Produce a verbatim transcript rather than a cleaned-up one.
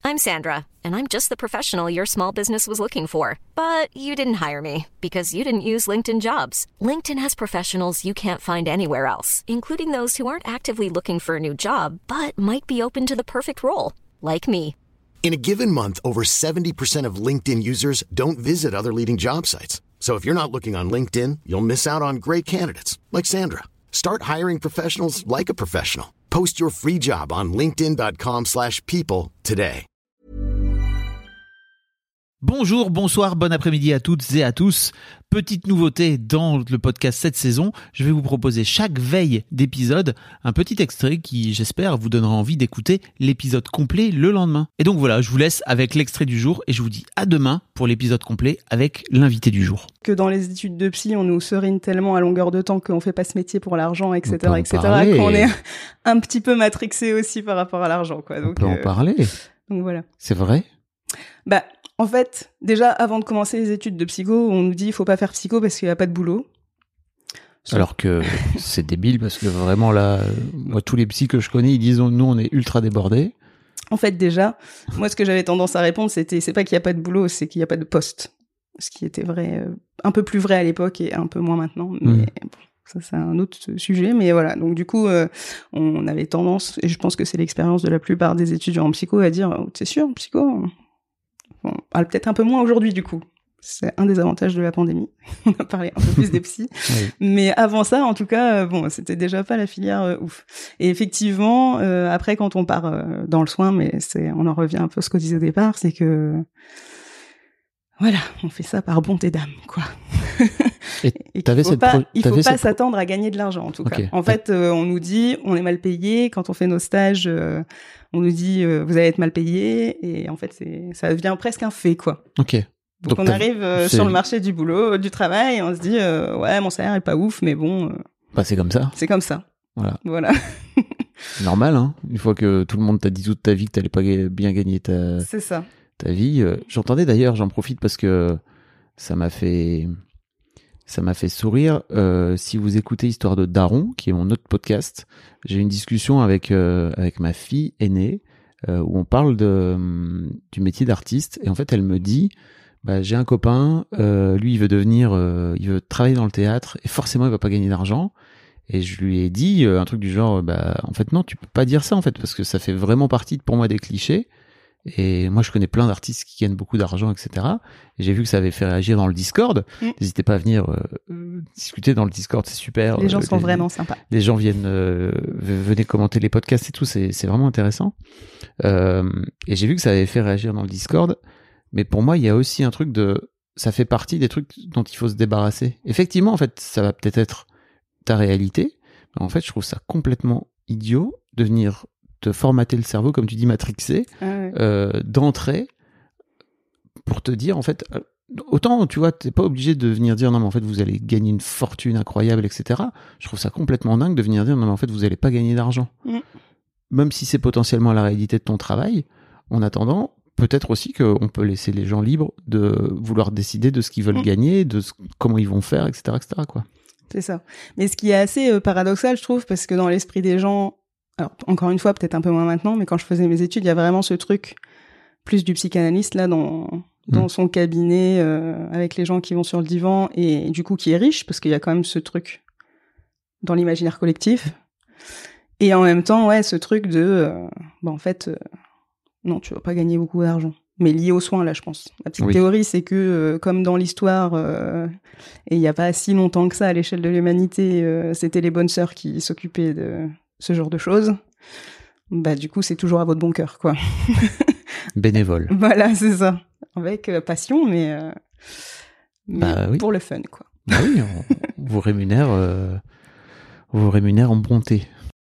I'm Sandra, and I'm just the professional your small business was looking for. But you didn't hire me because you didn't use LinkedIn Jobs. LinkedIn has professionals you can't find anywhere else, including those who aren't actively looking for a new job, but might be open to the perfect role, like me. In a given month, over seventy percent of LinkedIn users don't visit other leading job sites. So if you're not looking on LinkedIn, you'll miss out on great candidates like Sandra. Start hiring professionals like a professional. Post your free job on linkedin.com slash people today. Bonjour, bonsoir, bon après-midi à toutes et à tous. Petite nouveauté dans le podcast cette saison, je vais vous proposer chaque veille d'épisode un petit extrait qui, j'espère, vous donnera envie d'écouter l'épisode complet le lendemain. Et donc voilà, je vous laisse avec l'extrait du jour et je vous dis à demain pour l'épisode complet avec l'invité du jour. Que dans les études de psy, on nous serine tellement à longueur de temps qu'on fait pas ce métier pour l'argent, et cetera, et cetera, qu'on est un petit peu matrixé aussi par rapport à l'argent, quoi. Donc, on peut euh... en parler. Donc voilà. C'est vrai ? Bah, en fait, déjà, avant de commencer les études de psycho, on nous dit qu'il faut pas faire psycho parce qu'il n'y a pas de boulot. Alors que c'est débile parce que vraiment là, moi, tous les psys que je connais, ils disent nous, on est ultra débordés. En fait, déjà, moi, ce que j'avais tendance à répondre, c'était c'est pas qu'il n'y a pas de boulot, c'est qu'il n'y a pas de poste. Ce qui était vrai, euh, un peu plus vrai à l'époque et un peu moins maintenant. Mais mmh. bon, ça, c'est un autre sujet. Mais voilà. Donc, du coup, euh, on avait tendance, et je pense que c'est l'expérience de la plupart des étudiants en psycho, à dire c'est sûr, psycho. Bon, peut-être un peu moins aujourd'hui, du coup. C'est un des avantages de la pandémie. On a parlé un peu plus des psys. Oui. Mais avant ça, en tout cas, euh, bon, c'était déjà pas la filière euh, ouf. Et effectivement, euh, après, quand on part euh, dans le soin, mais c'est, on en revient un peu à ce qu'on disait au départ, c'est que, voilà, on fait ça par bonté d'âme, quoi. Et, et il faut pas, pro- il faut pas cette... s'attendre à gagner de l'argent, en tout okay. cas. En fait, euh, on nous dit, on est mal payé. Quand on fait nos stages, euh, on nous dit, euh, vous allez être mal payé. Et en fait, c'est, ça devient presque un fait, quoi. Ok. Donc, Donc on arrive euh, sur le marché du boulot, du travail, et on se dit, euh, ouais, mon salaire est pas ouf, mais bon. Euh, bah, c'est comme ça. C'est comme ça. Voilà. Voilà. C'est normal, hein. Une fois que tout le monde t'a dit toute ta vie que t'allais pas bien gagner ta, c'est ça. ta vie. Euh, j'entendais d'ailleurs, j'en profite parce que ça m'a fait, ça m'a fait sourire. Euh, si vous écoutez Histoire de Daron, qui est mon autre podcast, j'ai eu une discussion avec, euh, avec ma fille aînée, euh, où on parle de, du métier d'artiste. Et en fait, elle me dit, bah, j'ai un copain, euh, lui, il veut devenir, euh, il veut travailler dans le théâtre et forcément, il va pas gagner d'argent. Et je lui ai dit euh, un truc du genre, bah, en fait, non, tu peux pas dire ça, en fait, parce que ça fait vraiment partie, pour moi, des clichés. Et moi, je connais plein d'artistes qui gagnent beaucoup d'argent, et cetera. Et j'ai vu que ça avait fait réagir dans le Discord. Mmh. N'hésitez pas à venir euh, discuter dans le Discord, c'est super. Les gens euh, sont les, vraiment sympas. Les gens viennent, euh, venez commenter les podcasts et tout, c'est, c'est vraiment intéressant. Euh, et j'ai vu que ça avait fait réagir dans le Discord. Mais pour moi, il y a aussi un truc de, ça fait partie des trucs dont il faut se débarrasser. Effectivement, en fait, ça va peut-être être ta réalité. Mais en fait, je trouve ça complètement idiot de venir te formater le cerveau, comme tu dis, matrixé, ah ouais. euh, d'entrée, pour te dire, en fait, autant, tu vois, t'es pas obligé de venir dire, non, mais en fait, vous allez gagner une fortune incroyable, et cetera. Je trouve ça complètement dingue de venir dire, non, mais en fait, vous allez pas gagner d'argent. Mm. Même si c'est potentiellement la réalité de ton travail, en attendant, peut-être aussi qu'on peut laisser les gens libres de vouloir décider de ce qu'ils veulent mmh. gagner, de ce, comment ils vont faire, et cetera, et cetera, quoi. C'est ça. Mais ce qui est assez euh, paradoxal, je trouve, parce que dans l'esprit des gens, alors encore une fois, peut-être un peu moins maintenant, mais quand je faisais mes études, il y a vraiment ce truc, plus du psychanalyste, là, dans, dans mmh. son cabinet, euh, avec les gens qui vont sur le divan, et du coup, qui est riche, parce qu'il y a quand même ce truc dans l'imaginaire collectif. Et en même temps, ouais, ce truc de, euh, bah, en fait... Euh, non, tu vas pas gagner beaucoup d'argent. Mais lié aux soins, là, je pense. La petite oui. théorie, c'est que, euh, comme dans l'histoire, euh, et il y a pas si longtemps que ça, à l'échelle de l'humanité, euh, c'était les bonnes sœurs qui s'occupaient de ce genre de choses. Bah, du coup, c'est toujours à votre bon cœur, quoi. Bénévole. Voilà, c'est ça. Avec euh, passion, mais, euh, mais bah, oui. pour le fun, quoi. Bah oui, on, on vous rémunère, euh, on vous rémunère en bonté.